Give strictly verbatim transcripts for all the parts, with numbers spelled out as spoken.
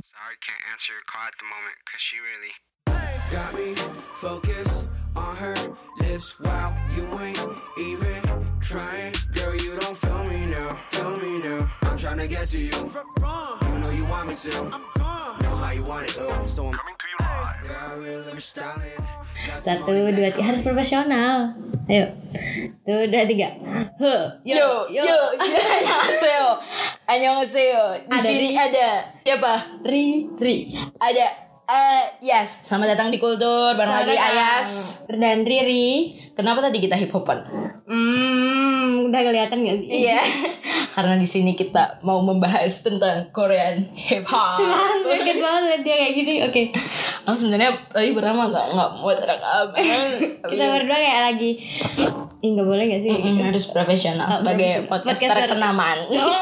Sorry, can't answer your call at the moment, cause she really got me focused on her lips. Wow, you ain't even trying. Girl, you don't feel me now, feel me now. I'm trying to get to you. You know you want me to. Know how you want it though. So I'm coming to you live. Girl, really styling. Satu, dua, tiga. Harus profesional. Ayo. Tuh, dua, tiga. Huh. Yo, yo, yo. Annyeonghaseyo. Annyeonghaseyo. Di Ada sini Ri. ada siapa? Ri, Ri. Ada eh Yas. Selamat datang di Kultur bareng Selamat lagi datang. Ayas. Dan Riri. Kenapa tadi kita hip hopan? Hmm, udah kelihatan gak sih? Iya. Karena di sini kita mau membahas tentang Korean hip hop. Cuman kaget banget liat dia kayak gini. Oke. Aku sebenarnya tadi pertama nggak nggak mau rekam. Kita berdua kayak lagi. Ih, nggak boleh gak sih? Mm-mm, harus profesional Oh, sebagai profesional. podcaster Podcaster. kenamaan.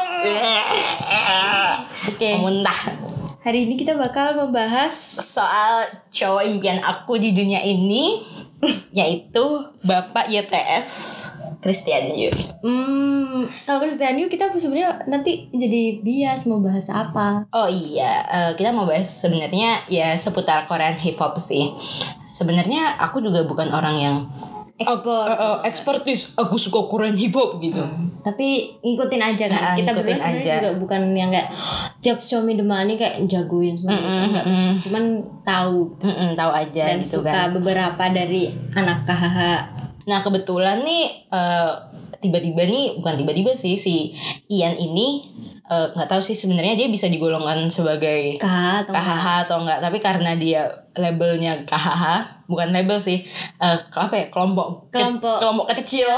Oke. Muntah. Hari ini kita bakal membahas Soal cowok impian aku di dunia ini, yaitu Bapak Y T S Christian Yu. Hmm, kalau Christian Yu kita sebenarnya nanti jadi bias mau bahas apa? Oh iya, eh, kita mau bahas sebenarnya ya seputar Korean hip hop sih. Sebenarnya aku juga bukan orang yang Ekspor. eh, eh, expertise. Aku suka Korean hip hop gitu. Tapi ngikutin aja kan. Nah, kita ngikutin berdua sebenarnya aja. juga bukan yang kayak tiap show me the money kayak jagoin semua. Enggak, cuman tahu Mm-mm, tahu aja dan gitu suka kan. beberapa dari anak K H H. Nah kebetulan nih eh, tiba-tiba nih bukan tiba-tiba sih si Ian ini eh, nggak tahu sih sebenarnya dia bisa digolongkan sebagai K H H atau K H H atau enggak, tapi karena dia labelnya K H H, bukan label sih, eh apa ya, kelompok ke- Kelompok. kelompok kecil.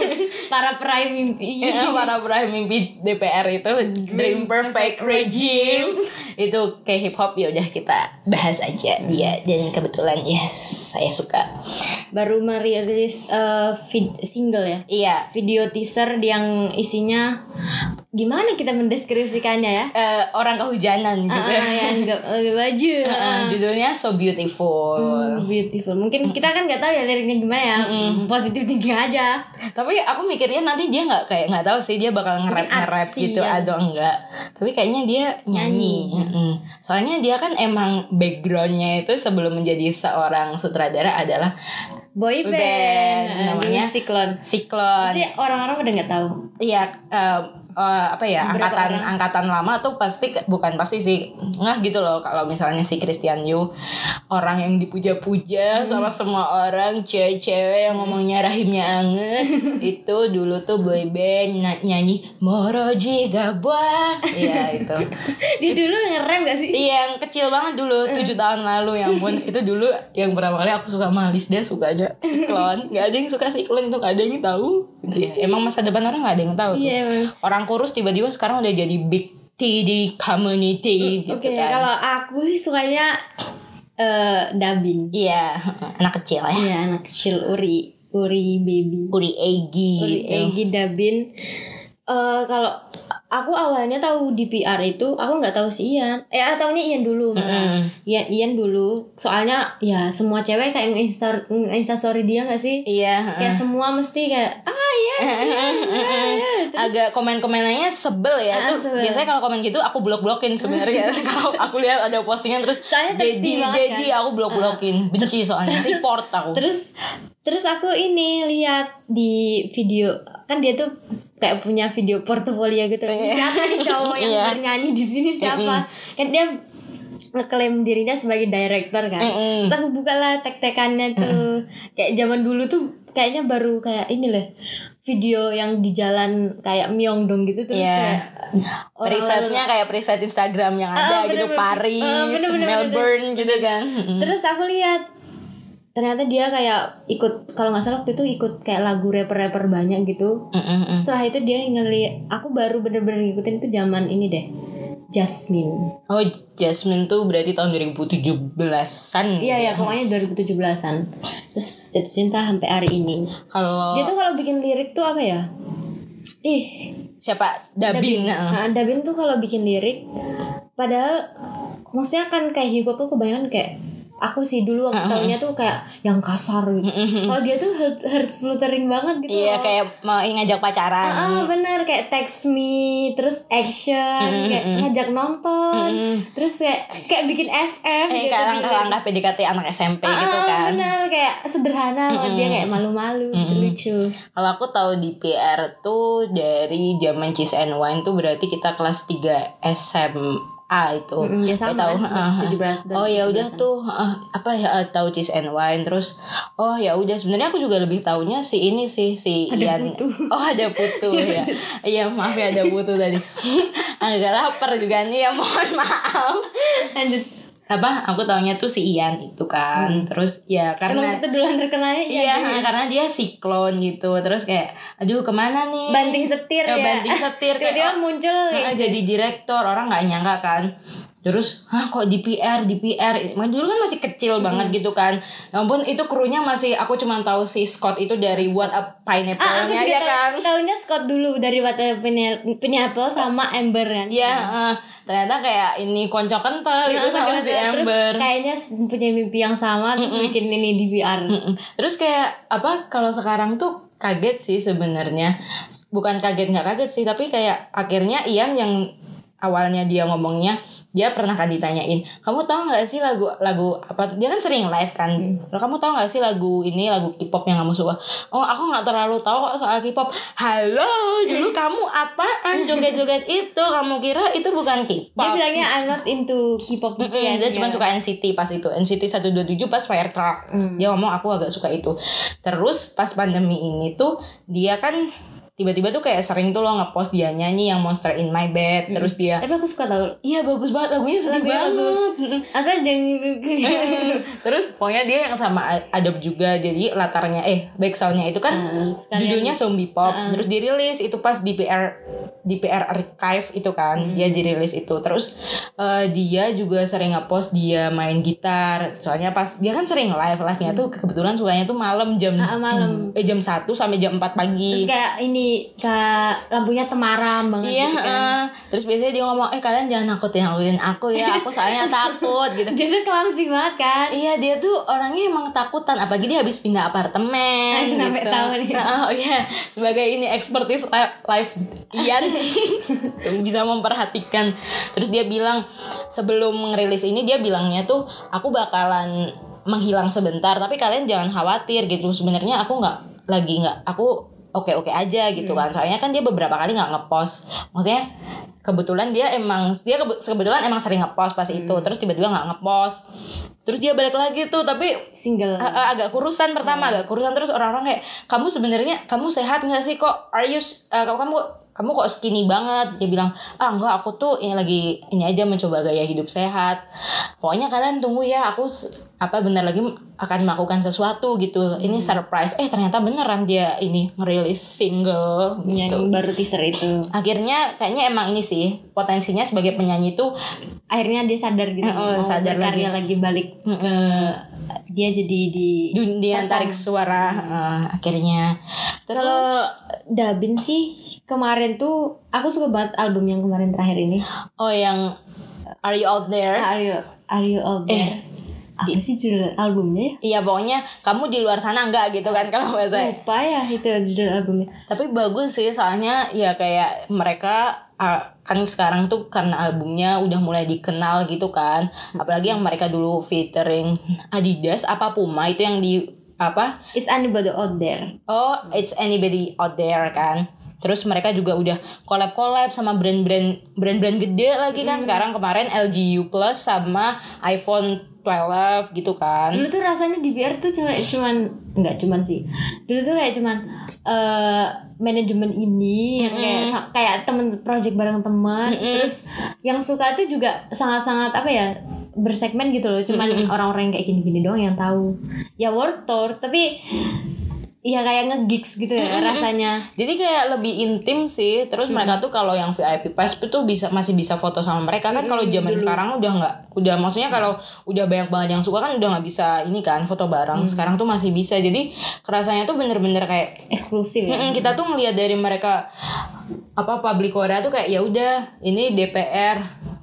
para peraih mimpi. Ya, para peraih mimpi D P R itu Dream Perfect Regime itu kayak hip hop, ya udah kita bahas aja dia, dan kebetulan yes saya suka. Baru merilis uh, vid- single ya. Iya. Video teaser yang isinya gimana kita mendeskripsikannya ya? Eh, orang kehujanan gitu. Ah, ah, yang gak pakai baju. Uh, judulnya So Beautiful. Hmm, beautiful. Mungkin kita kan nggak tahu ya liriknya gimana ya. Positif tinggi aja. Tapi aku mikirnya nanti dia nggak kayak nggak tahu sih dia bakal nge-rap Mungkin nge-rap artsy gitu ya. atau enggak. Tapi kayaknya dia nyanyi. Mm-mm. Soalnya dia kan emang backgroundnya itu sebelum menjadi seorang sutradara adalah Boy band, Band, eh, namanya dulu Siklon. Siklon. Pasti orang-orang udah nggak tahu. Iya, eh, eh, apa ya, Beberapa angkatan orang. angkatan lama tuh pasti ke- bukan pasti sih nggak gitu loh kalau misalnya si Christian Yu orang yang dipuja-puja sama semua orang, cewek-cewek yang ngomongnya rahimnya anget itu dulu tuh boy band ny- nyanyi Moroji Gabwa. Iya itu. Dia dulu ngerem gak sih? Iya yang kecil banget dulu tujuh tahun lalu, yang pun itu dulu yang pertama kali aku suka Malis, dia sukanya Siklon. Nggak ada yang suka Siklon itu, nggak ada yang tahu gitu ya. Emang masa depan orang nggak ada yang tahu tuh. Iya, emang. Orang kurus tiba-tiba sekarang udah jadi big T di community gitu Oke, kan. kalau aku sih sukanya eh Dabin. Iya, anak kecil ya. Iya, anak kecil Uri, Uri baby. Uri Egi Uri gitu. Egi Dabin. Eh kalau aku awalnya tahu di P R itu, aku nggak tahu si Ian. Eh, taunya Ian dulu malah. Ian, Ian dulu. Soalnya ya semua cewek kayak nge-insta nge-instastory dia nggak sih? Iya. Kayak semua mesti kayak ah ya. Agak komen-komenannya sebel ya. Ah, Tuh sebel. biasanya kalau komen gitu aku blok-blokin sebenarnya. Kalau aku lihat ada postingan terus Soalnya thirsty jadi banget jadi kan. aku blok-blokin. Benci soalnya, report aku. Terus terus aku ini lihat di video, kan dia tuh kayak punya video portofolio gitu. Siapa nih cowok yang Iya. bernyanyi di sini siapa? Kan dia ngeklaim dirinya sebagai director kan. Mm-mm. Terus aku bukalah tek-tekannya tuh. Kayak zaman dulu tuh kayaknya baru kayak ini loh. Video yang di jalan kayak Myeongdong gitu terus Iya. kayak orang Presetnya kayak preset Instagram yang ada Ah, gitu, bener-bener. Paris, Ah, bener-bener, Melbourne gitu kan. Mm-mm. Terus aku lihat ternyata dia kayak ikut, kalau nggak salah waktu itu ikut kayak lagu rapper-rapper banyak gitu. Mm-mm. Setelah itu dia ngeliat, aku baru bener-bener ngikutin itu zaman ini deh, Jasmine. Oh, Jasmine tuh berarti tahun dua ribu tujuh belasan. Iya ya, pokoknya dua ribu tujuh belasan. Terus jatuh cinta sampai hari ini. Kalau Dia tuh kalau bikin lirik tuh apa ya? Ih, siapa? Dabin. Nah. Nah, Dabin tuh kalau bikin lirik, padahal maksudnya kan kayak hip hop tuh kebanyakan kayak aku sih dulu waktu taunya tuh kayak yang kasar gitu. Kalau dia tuh heart, heart fluttering banget gitu. Iya, loh. kayak mau ngajak pacaran. Ah, ah, bener kayak text me, terus action, Mm-mm. kayak ngajak nonton, Mm-mm. terus kayak kayak bikin F F Eh, gitu. kayak langkah-langkah P D K T anak S M P Ah, gitu kan. bener kayak sederhana banget, dia kayak malu-malu, gitu, lucu. Kalau aku tahu D P R tuh dari zaman Cheese and Wine tuh berarti kita kelas tiga S M A itu. Mm-mm, ya Kayak sama tahu, kan, uh, tujuh belas dan oh ya udah tujuh belasan. tuh uh, apa ya uh, tahu Cheese and Wine terus oh ya udah sebenarnya aku juga lebih taunya si ini sih si Ada Ian. Putu. Oh ada Putu ya. Iya maaf ya ada Putu tadi. Agak lapar juga nih ya mohon maaf. Lanjut. Apa aku taunya tuh si Ian itu kan. Hmm. Terus ya karena Emang itu duluan terkenalnya iya, ya, karena dia siklon gitu. Terus kayak aduh kemana nih? banting setir Ya, ya, banting setir kayak, tiba-tiba oh, muncul Nah, kayak jadi direktor, orang nggak nyangka kan. Terus, hah kok D P R, D P R. Emang dulu kan masih kecil banget gitu kan. Ya ampun itu krunya masih aku cuma tahu si Scott itu dari What a ah, aku Pineapple-nya juga ya tahu, kan. taunya Scott dulu dari What a Pineapple sama Amber kan. Iya, eh, ternyata kayak ini konco kental Nah, gitu sama si terus Amber. kayaknya punya mimpi yang sama terus bikin ini D V R. Mm-mm. Terus kayak apa kalau sekarang tuh kaget sih sebenarnya. Bukan kaget nggak kaget sih, tapi kayak akhirnya Ian yang awalnya dia ngomongnya, dia pernah kan ditanyain, kamu tahu nggak sih lagu lagu apa? Dia kan sering live kan. Hmm. Kamu tahu nggak sih lagu ini lagu K-pop yang kamu suka? Oh aku nggak terlalu tahu kok soal K-pop. Halo, dulu kamu apaan joget-joget itu? Kamu kira itu bukan K-pop? Dia bilangnya I'm not into K-pop gitu Mm-mm, ya. dia cuma suka N C T pas itu N C T seratus dua puluh tujuh pas Fire Truck. Dia ngomong aku agak suka itu. Terus pas pandemi ini tuh dia kan tiba-tiba tuh kayak sering tuh lo ngepost dia nyanyi yang Monster in My Bed. Terus dia Tapi aku suka tau iya bagus banget lagunya, sedih lagunya banget. bagus. Asal jangan Terus pokoknya dia yang sama Adobe juga. Jadi latarnya eh backsoundnya itu kan Ah, sekalian. judulnya zombie pop. Terus dirilis itu pas D P R D P R Archive itu kan. Dia dirilis itu. Terus eh, dia juga sering ngepost dia main gitar. Soalnya pas dia kan sering live live-nya tuh kebetulan sukanya tuh malam jam Ah, malam. eh jam satu sampai jam empat pagi. Terus kayak ini kayak lampunya temaram banget Iya, gitu kan. eh. Terus biasanya dia ngomong, eh kalian jangan nakutin nakutin aku ya, aku soalnya takut gitu. Dia tuh clumsy banget kan. Iya dia tuh orangnya emang takutan, apalagi dia habis pindah apartemen Aku sampai gitu. tahu nih. Oh iya, sebagai ini expertise li- life Ian bisa memperhatikan. Terus dia bilang sebelum ngerilis ini dia bilangnya tuh aku bakalan menghilang sebentar, tapi kalian jangan khawatir gitu. Sebenarnya aku nggak lagi nggak aku oke-oke aja gitu kan. Soalnya kan dia beberapa kali nggak ngepost. Maksudnya kebetulan dia emang dia kebe- kebetulan emang sering ngepost pas itu. Terus tiba-tiba nggak ngepost. Terus dia balik lagi tuh tapi Single. a- a- agak kurusan pertama, agak kurusan. Terus orang-orang kayak kamu sebenarnya kamu sehat nggak sih kok? Are you s- uh, kamu kamu kok skinny banget? Dia bilang ah enggak aku tuh ini lagi ini aja mencoba gaya hidup sehat. Pokoknya kalian tunggu ya aku s- apa benar lagi akan melakukan sesuatu gitu. Ini surprise. Eh ternyata beneran dia ini ngerilis single Yang gitu. baru teaser itu. Akhirnya kayaknya emang ini sih potensinya sebagai penyanyi tuh Akhirnya dia sadar gitu. Heeh, mau sadar berkarya lagi, balik ke dia jadi di dunia perform. tarik suara eh, akhirnya. Terus Kalau Dabin sih kemarin tuh aku suka banget album yang kemarin terakhir ini. oh yang Are You Out There? Are you Are you out there? Apa sih judul albumnya ya? Iya pokoknya kamu di luar sana enggak gitu kan kalau bahasa. Lupa ya itu judul albumnya. Tapi bagus sih soalnya ya kayak mereka ah, kan sekarang tuh karena albumnya udah mulai dikenal gitu kan. Apalagi yang mereka dulu featuring Adidas apa Puma itu yang di apa? Is anybody out there? Oh, It's Anybody Out There kan. Terus mereka juga udah collab-collab sama brand-brand brand-brand gede lagi kan. Sekarang kemarin L G U Plus sama iPhone twelve gitu kan. Dulu tuh rasanya D B R tuh cuma cuman enggak cuman sih. Dulu tuh kayak cuman eh manajemen ini yang kayak sa- kayak temen project bareng teman. Terus yang suka tuh juga sangat-sangat apa ya? Bersegmen gitu loh. Cuman orang-orang yang kayak gini-gini doang yang tahu. Ya World Tour tapi ya kayak nge-gigs gitu ya rasanya. Jadi kayak lebih intim sih. Terus mereka tuh kalau yang V I P pass tuh bisa masih bisa foto sama mereka kan. Kalau zaman sekarang udah nggak, udah maksudnya kalau udah banyak banget yang suka kan udah nggak bisa ini kan foto bareng. Sekarang tuh masih bisa. Jadi kerasanya tuh bener-bener kayak Eksklusif ya. Mm-mm, kita tuh ngelihat dari mereka apa public Korea tuh kayak ya udah ini D P R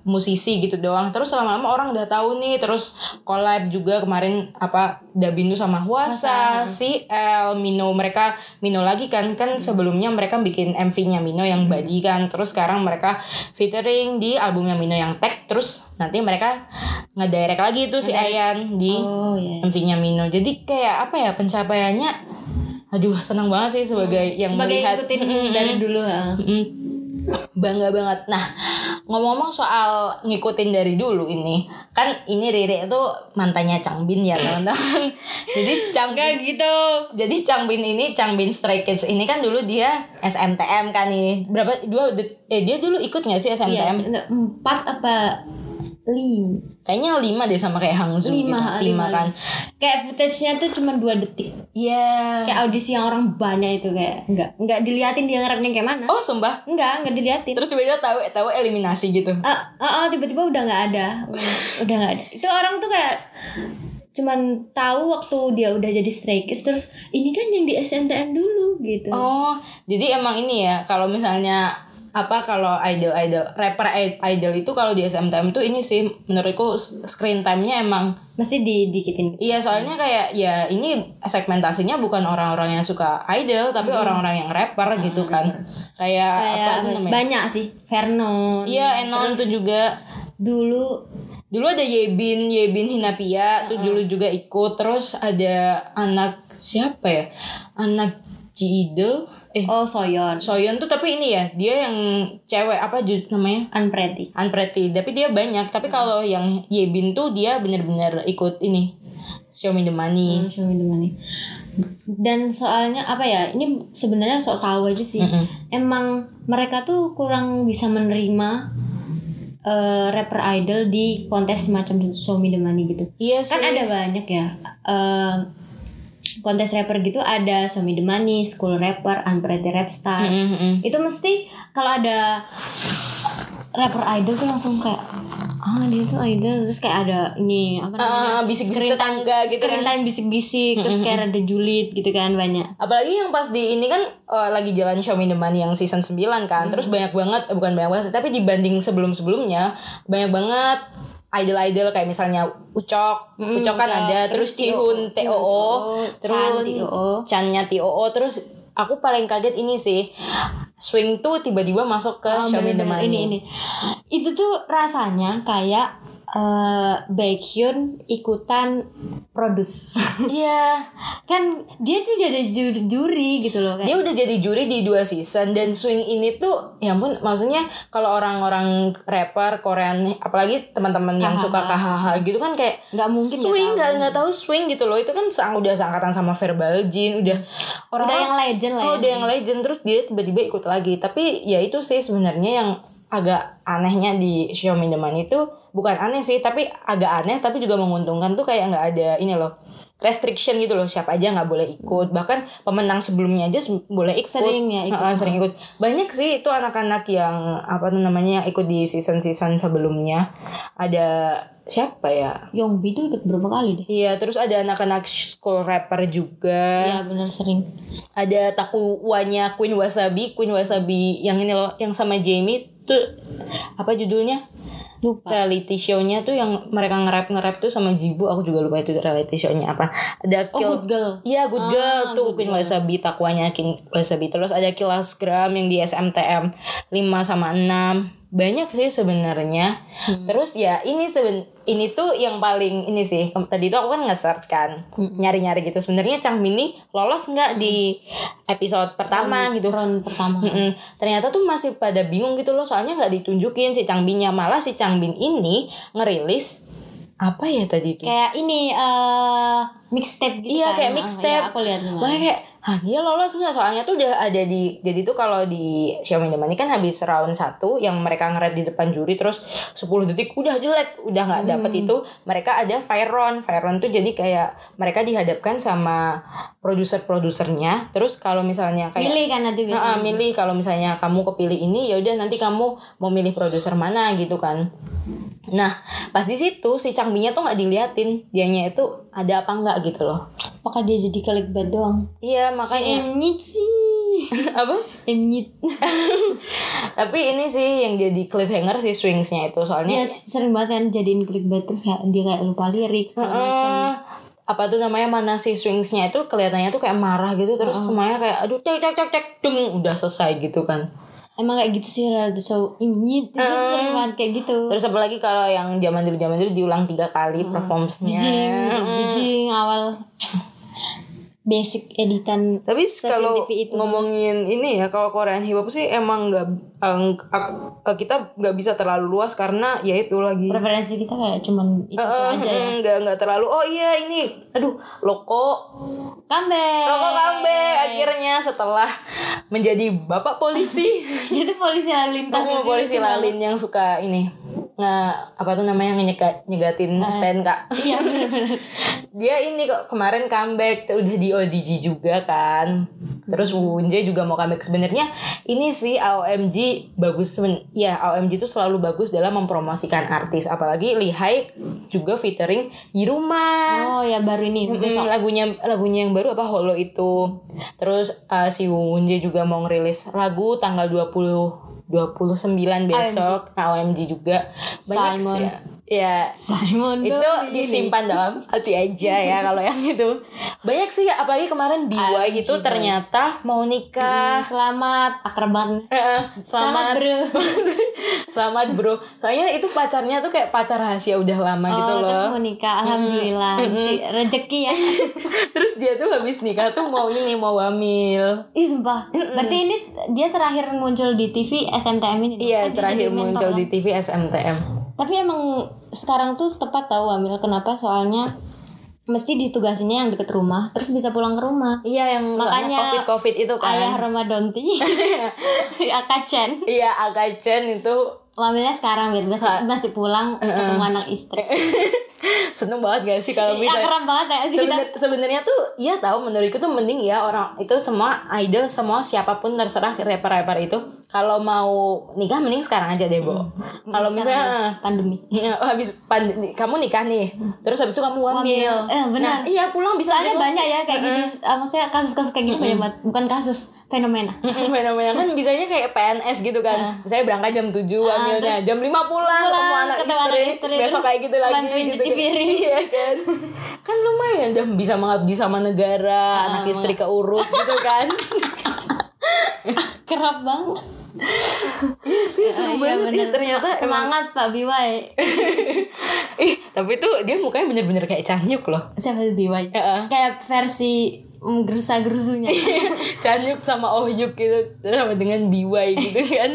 musisi gitu doang. Terus lama-lama orang udah tahu nih. Terus collab juga kemarin apa Dabindu sama Hwasa, C L, Mino, mereka Mino lagi kan kan sebelumnya mereka bikin M V-nya Mino yang Body kan. Terus sekarang mereka featuring di albumnya Mino yang Tag. Terus nanti mereka ngedirect lagi tuh si Ayan di Oh, yeah. M V-nya Mino. Jadi kayak apa ya pencapaiannya, aduh senang banget sih sebagai yang Sebagai melihat ikutin dari dulu ha. Mm, bangga banget. Nah ngomong-ngomong soal ngikutin dari dulu ini kan ini Riri itu mantannya Changbin ya teman-teman. Jadi Changbin gitu. Jadi Changbin ini Changbin Stray Kids ini kan dulu dia S M T M kan nih. Berapa dua eh dia dulu ikut nggak sih S M T M? Iya, empat apa lima? Kayaknya lima deh sama kayak Hangzhou Lima, gitu. Lima, lima kan. Kayak footage-nya tuh cuma dua detik. Iya. Yeah. Kayak audisi yang orang banyak itu kayak enggak enggak diliatin dia ngerapnya kayak mana. Oh sumpah? Enggak, enggak diliatin. Terus tiba-tiba tahu tahu eliminasi gitu. Ah, uh, uh, tiba-tiba udah nggak ada. Udah nggak ada. Itu orang tuh kayak cuman tahu waktu dia udah jadi Stray Kids terus ini kan yang di S M T M dulu gitu. Oh, jadi emang ini ya kalau misalnya apa kalau idol-idol rapper idol itu kalau di S M T M tuh ini sih menurutku screen time-nya emang Mesti di dikitin. iya soalnya kayak ya ini segmentasinya bukan orang-orang yang suka idol tapi hmm. orang-orang yang rapper gitu kan. Kayak, Kayak apa itu namanya? banyak sih. Vernon. Iya, Enon tuh juga Dulu Dulu ada Yebin, Yebin Hinapia tuh dulu juga ikut. Terus ada anak siapa ya? Anak Jidel eh oh Soyeon. Soyeon tuh tapi ini ya dia yang cewek apa ju- namanya Unpretty. Unpretty tapi dia banyak tapi kalau yang Yebin tuh dia bener-bener ikut ini Show Me The Money. Hmm, show me the money. Dan soalnya apa ya ini sebenarnya sok tahu aja sih. Mm-mm. Emang mereka tuh kurang bisa menerima uh, rapper idol di kontes semacam Show Me The Money gitu. Iya sih. Kan ada banyak ya uh, kontes rapper gitu, ada Show Me The Money, School Rapper, Unpretty Rap Star. Mm-mm. Itu mesti kalau ada rapper idol tuh langsung kayak ah dia tuh idol, terus kayak ada ini apa namanya uh, bisik-bisik tetangga gitu screen kan. time bisik-bisik, terus kayak ada julid gitu kan banyak. Apalagi yang pas di ini kan uh, lagi jalan Show Me The Money yang season sembilan kan. Terus banyak banget eh, bukan banyak banget tapi dibanding sebelum-sebelumnya banyak banget idol-idol kayak misalnya Ucok, Mm, Ucok kan Ucok, ada, terus terus Cihun T O O, Chan terus T O O. Channya T O O, terus aku paling kaget ini sih Swing tuh tiba-tiba masuk ke Oh, Show Me The bener-bener. Money. Ini ini. Itu tuh rasanya kayak uh, Baekhyun ikutan produce. Iya, Kan dia tuh jadi ju- juri gitu loh kayak. dia udah jadi juri di dua season dan Swing ini tuh ya ampun maksudnya kalau orang-orang rapper Korean apalagi teman-teman yang suka K H H gitu kan kayak Nggak mungkin nggak Swing tahu. nggak nggak tahu Swing gitu loh. Itu kan sang, udah seangkatan sama Verbal Jin udah orang Udah yang legend lah oh, ya. udah yang legend terus dia tiba-tiba ikut lagi. Tapi ya itu sih sebenarnya yang agak anehnya di Show Me The Money itu bukan aneh sih tapi agak aneh tapi juga menguntungkan tuh kayak nggak ada ini loh restriction gitu loh siapa aja nggak boleh ikut bahkan pemenang sebelumnya aja se- boleh ikut Sering ya ikut. Ha-ha, sering ikut banyak sih itu anak-anak yang apa tuh namanya ikut di season-season sebelumnya ada siapa ya Yongbi tuh ikut berapa kali deh? iya terus ada anak-anak school rapper juga Iya benar sering. ada Takuwanya Queen Wasabi Queen Wasabi yang ini loh yang sama Jamie tuh apa judulnya Lupa. reality show-nya tuh yang mereka nge-rap nge-rap tuh sama Jibu aku juga lupa itu reality show-nya apa ada Oh, Good Girl. iya Good Ah, Girl tuh Good Queen Girl. Wasabi Takuwanya Queen Wasabi terus ada Kilasgram yang di S M T M lima sama enam banyak sih sebenarnya. Hmm. Terus ya ini seben ini tuh yang paling ini sih tadi tuh aku kan nge-search kan hmm. nyari-nyari gitu sebenarnya Changbin nih lolos nggak hmm. di episode pertama round, gitu round pertama. Mm-mm. Ternyata tuh masih pada bingung gitu loh soalnya nggak ditunjukin si Changbinnya malah si Changbin ini ngerilis apa ya tadi itu kayak ini uh, mixtape gitu iya kan. kayak mixtape oh, iya, aku lihat makanya kayak hah dia lolos nggak soalnya tuh udah ada di jadi tuh kalau di Show Me The Money kan habis round satu yang mereka nge-rate di depan juri terus sepuluh detik udah jelek udah nggak dapet hmm. itu mereka ada fire round fire round tuh jadi kayak mereka dihadapkan sama produser-produsernya terus kalau misalnya kayak milih kan nanti biasanya nah, milih kalau misalnya kamu kepilih ini ya udah nanti kamu mau milih produser mana gitu kan. Nah pas di situ si Changbinnya tuh nggak diliatin dianya itu ada apa nggak gitu loh. Apakah dia jadi clickbait doang? Iya makanya si Apa? Emnyit. Tapi ini sih yang jadi cliffhanger sih Swings-nya itu soalnya. Dia sering banget kan jadiin clickbait terus kayak dia kayak lupa lirik segala uh, macam. Apa tuh namanya mana si Swings-nya itu kelihatannya tuh kayak marah gitu terus uh-uh. semuanya kayak aduh cek cek cek cek dung udah selesai gitu kan. Emang kayak gitu sih reality show Imnyit itu uh, sering banget kayak gitu. Terus apalagi kalau yang zaman dulu zaman dulu diulang tiga kali uh, performance-nya. Jijing, jijing awal basic editan. Tapi kalau ngomongin ini ya kalau Korean hip hop sih emang nggak um, kita nggak bisa terlalu luas karena ya itu lagi preferensi kita kayak cuman itu uh, aja ya nggak nggak terlalu oh iya ini aduh Loko comeback Loko comeback akhirnya setelah menjadi bapak polisi. Dia tuh polisi lalu lintas oh, polisi lalin yang suka ini nah apa tuh namanya nyegat nyegatin uh, S T N K. Iya benar-benar. Dia ini kok kemarin comeback udah di O D G juga kan. Terus Woonjae juga mau comeback. Sebenarnya ini sih A O M G bagus seben- ya A O M G itu selalu bagus dalam mempromosikan artis apalagi Lihai juga featuring Yiruma. Oh ya baru ini hmm, besok lagunya lagunya yang baru apa Holo itu. Terus uh, si Woonjae juga mau ngerilis lagu tanggal dua puluh dua puluh sembilan besok A O M G juga banyak Simon. sih ya Simon itu disimpan dalam hati aja ya kalau yang itu banyak sih apalagi kemarin B Y itu ternyata mau nikah. hmm, selamat akrab banget. uh, selamat, selamat bro. Selamat bro soalnya itu pacarnya tuh kayak pacar rahasia udah lama oh, gitu loh terus mau nikah alhamdulillah mm-hmm. mesti rezeki ya. Terus dia tuh habis nikah tuh mau ini mau hamil. Ih sumpah mm-hmm. Berarti ini dia terakhir muncul di T V S M T M ini. Iya kan terakhir muncul di T V S M T M. Tapi emang sekarang tuh tepat tahu hamil kenapa soalnya mesti ditugasinya yang deket rumah terus bisa pulang ke rumah. Iya yang makanya covid covid itu kan ayah Ramadonti Akacen. Iya Akacen itu hamilnya sekarang biar masih, masih pulang uh-uh. ketemu anak istri. Seneng banget gak sih kalau bisa ya, keren banget ya sih Sebener, sebenarnya tuh iya tahu menurutku tuh mending ya orang itu semua idol semua siapapun terserah rapper-rapper itu kalau mau nikah mending sekarang aja deh Bo. Hmm. Kalau misalnya pandemi ya, habis pandemi kamu nikah nih terus habis itu kamu hamil. Eh benar. Nah, iya pulang bisa soalnya juga. Banyak ya kayak uh-uh. gini uh, maksudnya kasus-kasus kayak gini banyak banget bukan kasus fenomena. Fenomena kan bisanya kayak P N S gitu kan. Uh. Misalnya berangkat jam tujuh uh, hamilnya jam lima pulang ketemu anak istri, istri besok kayak gitu lagi gitu. Cuci piring. Iya kan. Kan lumayan udah bisa mengabdi sama negara, uh, anak istri keurus gitu kan. Kerap banget. Iya sih seru uh, banget iya, ternyata semangat emang. Pak B Y. Ih tapi tuh dia mukanya bener-bener kayak Chanyuk loh. Siapa tuh B Y? Uh-uh. Kayak versi um, gerusa-gerusunya. Chanyuk sama Oh Hyuk gitu sama dengan B Y gitu kan.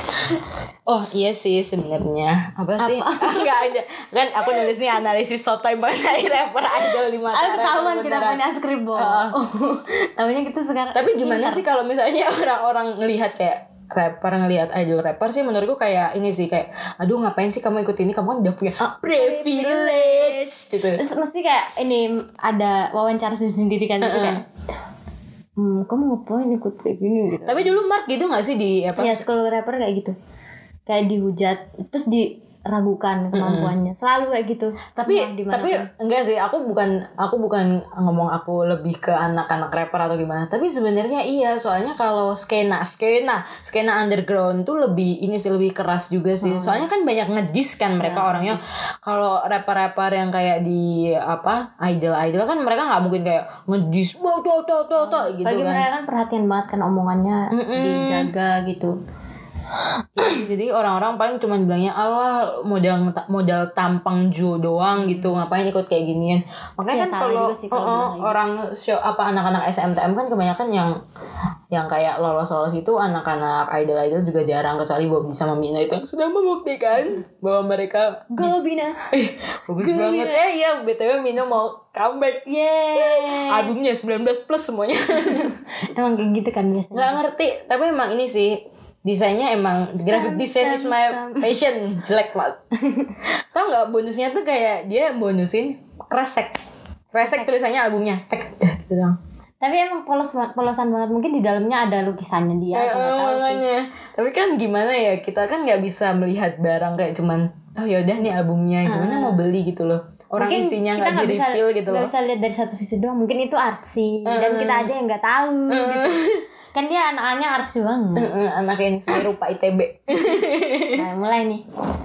Oh iya sih sebenarnya apa sih? Enggak aja kan aku nulis nih analisis sotoy mengenai rapper idol di mata. Aku ketahuan kita punya skrip boh. Uh. Tahunya kita sekarang. Tapi gimana sih kalau misalnya orang-orang ngelihat kayak rapper ngelihat idol rapper sih menurutku kayak ini sih kayak aduh ngapain sih kamu ikut ini kamu kan udah punya oh, privilege gitu. Terus mesti kayak ini ada wawancara sendiri kan gitu uh-uh. kan. Hmm, kamu ngapain ikut kayak gini gitu. Tapi dulu Mark gitu enggak sih di apa? Ya sekolah rapper kayak gitu. Kayak dihujat terus diragukan kemampuannya. Mm-hmm. Selalu kayak gitu. Tapi tapi enggak sih, aku bukan aku bukan ngomong aku lebih ke anak-anak rapper atau gimana. Tapi sebenarnya iya, soalnya kalau skena skena skena underground tuh lebih ini sih lebih keras juga sih. Hmm. Soalnya kan banyak ngedis kan mereka ya, orangnya. Kalau rapper-rapper yang kayak di apa? Idol-idol kan mereka enggak mungkin kayak ngedis wow wow wow wow wow gitu kan. Bagi mereka kan perhatian banget kan omongannya Mm-mm. dijaga gitu. Jadi orang-orang paling cuma bilangnya Allah modal modal tampang Jo doang gitu, ngapain ikut kayak ginian. Makanya ya, kan kalau sih, kalau uh, orang show apa anak-anak S M T M kan kebanyakan yang yang kayak lolos-lolos itu anak-anak idol-idol juga jarang, kecuali Bobby sama Mina itu yang sudah membuktikan bahwa mereka Go Bina. Eh, bagus Go banget. Bina. Eh iya, B T W Mina mau comeback. Yeay. Albumnya sembilan belas plus semuanya. Emang kayak gitu kan biasanya. Enggak ngerti, tapi emang ini sih desainnya emang graphic design is my passion. Jelek banget. Tahu nggak bonusnya tuh kayak dia bonusin kresek kresek tulisannya albumnya tek gitu. Tapi emang polos polosan banget, mungkin di dalamnya ada lukisannya dia. Eh, oh, makanya. Tapi kan gimana ya, kita kan nggak bisa melihat barang kayak cuman oh ya udah nih albumnya, gimana uh. mau beli gitu loh. Orang mungkin isinya nggak di reveal gitu loh. Nggak bisa lihat dari satu sisi doang. Mungkin itu artsy uh. dan kita aja yang nggak tahu. Uh. Gitu. Kan dia anak-anaknya arsi banget. Anak yang seni rupa I T B. Nah, mulai nih.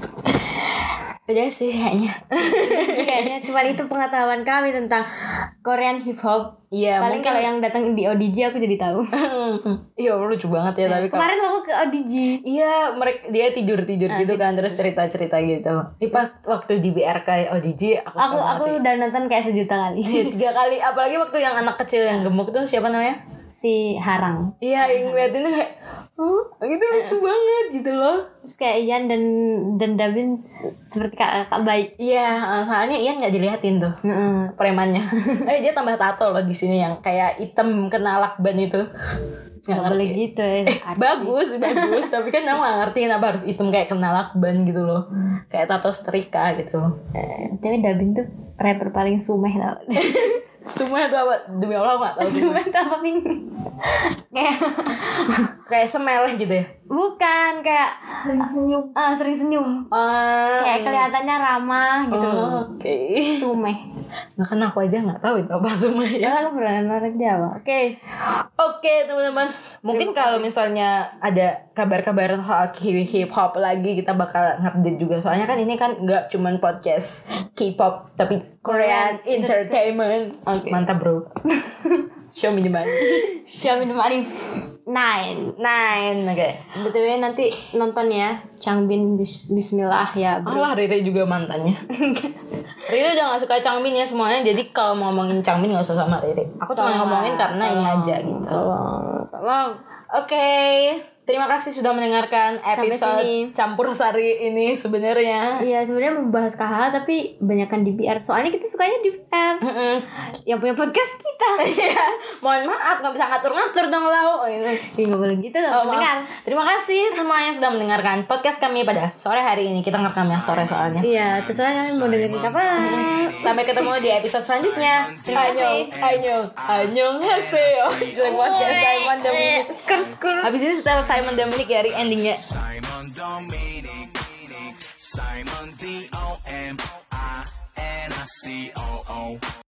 Udah sih kayaknya. Kayaknya cuma itu pengetahuan kami tentang Korean hip hop. Iya, paling mungkin- kalau yang datang di O D G aku jadi tahu. Iya, lucu banget ya tapi kalau Kemarin aku ke O D G. iya, mereka dia tidur-tidur gitu kan terus cerita-cerita gitu. Di pas waktu di B R K O D J aku Aku suka banget aku sih. udah nonton kayak sejuta kali. Iya, tiga kali apalagi waktu yang anak kecil yang gemuk tuh siapa namanya? Si Harang. Iya, yang ngeliatin tuh kayak oh, gitu lucu banget gitu loh. Terus kayak Ian dan dan Dabin s- seperti kakak baik. Iya, eh, soalnya Ian nggak diliatin tuh Heeh. premannya. Eh dia tambah tato loh di sini yang kayak hitam kena lakban itu. Nggak Gak boleh ngerti. gitu ya. arti. Bagus, bagus. Tapi kan aku gak ngerti kenapa harus hitam kayak kena lakban gitu loh. Kayak tato setrika gitu. Eh, tapi Dabin tuh rapper paling sumeh tau. Semua itu apa? Demi Allah gak tau. Sumeh tuh apa ping? Kayak Kayak semeleh gitu ya. bukan kayak sering senyum. Ah, sering senyum. Ah, Kayak kelihatannya ramah gitu loh. oh, oke. Sumeh. Nah kan aku aja gak tahu itu apa semua ya. Ya aku pernah narik Jawa. Oke. Oke teman-teman, mungkin kalau misalnya ada kabar-kabar soal hip hop lagi kita bakal ngupdate juga. Soalnya kan ini kan nggak cuman podcast K-pop tapi Korean Korean entertainment. Oke. Mantap bro. Show me the money. Xiaomi Arif Nine. Nine, oke. Betulnya nanti nonton ya Changbin bis- Bismillah ya bro. Allah Riri juga mantannya. Riri udah gak suka Changbin ya semuanya. Jadi kalau mau ngomongin Changbin gak usah sama Riri. Aku cuma Tolong ngomongin lah, karena ini tolong, aja gitu. Tolong, tolong. Oke, terima kasih sudah mendengarkan Sampai episode sini. campur sari ini sebenarnya. Iya sebenarnya membahas K H H tapi banyakan D B R. Soalnya kita sukanya D B R. Mm-mm. Yang punya podcast kita. Iya, mohon maaf nggak bisa ngatur-ngatur dong lau. Gitu. Ih nggak boleh gitu Oh, dong. Mendengar. maaf. Terima kasih semuanya sudah mendengarkan podcast kami pada sore hari ini. Kita ngerekam yang sore soalnya. Iya terserah kalian mau dengerin kapan. Sampai ketemu di episode selanjutnya. Terima kasih. Annyeong, annyeong, annyeong haseo. Jelek banget kayak Simon Dominic. Skr skr. Habis ini setelah Simon Dominic ya endingnya. Simon Dominic, Simon D O M I N I C O O.